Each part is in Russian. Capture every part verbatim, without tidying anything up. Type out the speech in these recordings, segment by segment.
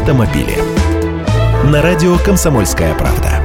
автомобили. На радио «Комсомольская правда».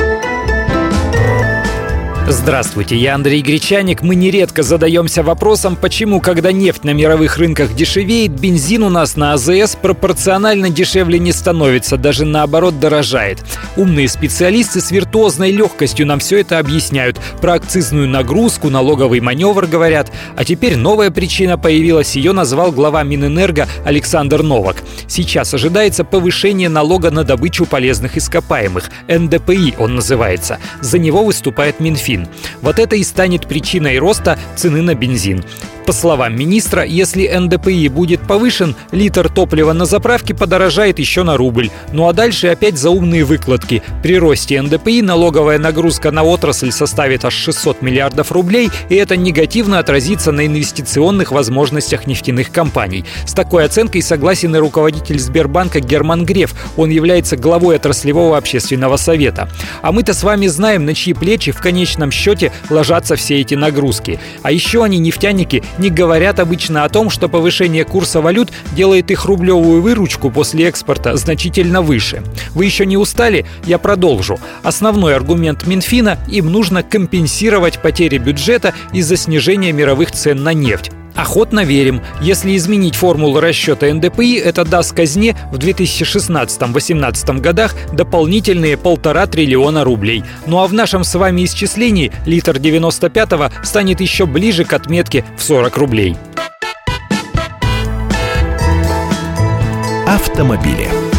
Здравствуйте, я Андрей Гречаник. Мы нередко задаемся вопросом, почему, когда нефть на мировых рынках дешевеет, бензин у нас на АЗС пропорционально дешевле не становится, даже наоборот дорожает. Умные специалисты с виртуозной легкостью нам все это объясняют. Про акцизную нагрузку, налоговый маневр говорят. А теперь новая причина появилась, ее назвал глава Минэнерго Александр Новак. Сейчас ожидается повышение налога на добычу полезных ископаемых. эн дэ пэ и он называется. За него выступает Минфин. Вот это и станет причиной роста цены на бензин. По словам министра, если эн дэ пэ и будет повышен, литр топлива на заправке подорожает еще на рубль. Ну а дальше опять заумные выкладки. При росте эн дэ пэ и налоговая нагрузка на отрасль составит аж шестьсот миллиардов рублей, и это негативно отразится на инвестиционных возможностях нефтяных компаний. С такой оценкой согласен и руководитель Сбербанка Герман Греф. Он является главой отраслевого общественного совета. А мы-то с вами знаем, на чьи плечи в конечном счете ложатся все эти нагрузки. А еще они, нефтяники, не говорят обычно о том, что повышение курса валют делает их рублевую выручку после экспорта значительно выше. Вы еще не устали? Я продолжу. Основной аргумент Минфина – им нужно компенсировать потери бюджета из-за снижения мировых цен на нефть. Охотно верим. Если изменить формулу расчета эн дэ пэ и, это даст казне в две тысячи шестнадцатом — две тысячи восемнадцатом годах дополнительные полтора триллиона рублей. Ну а в нашем с вами исчислении литр девяносто пятого станет еще ближе к отметке в сорок рублей. Автомобили.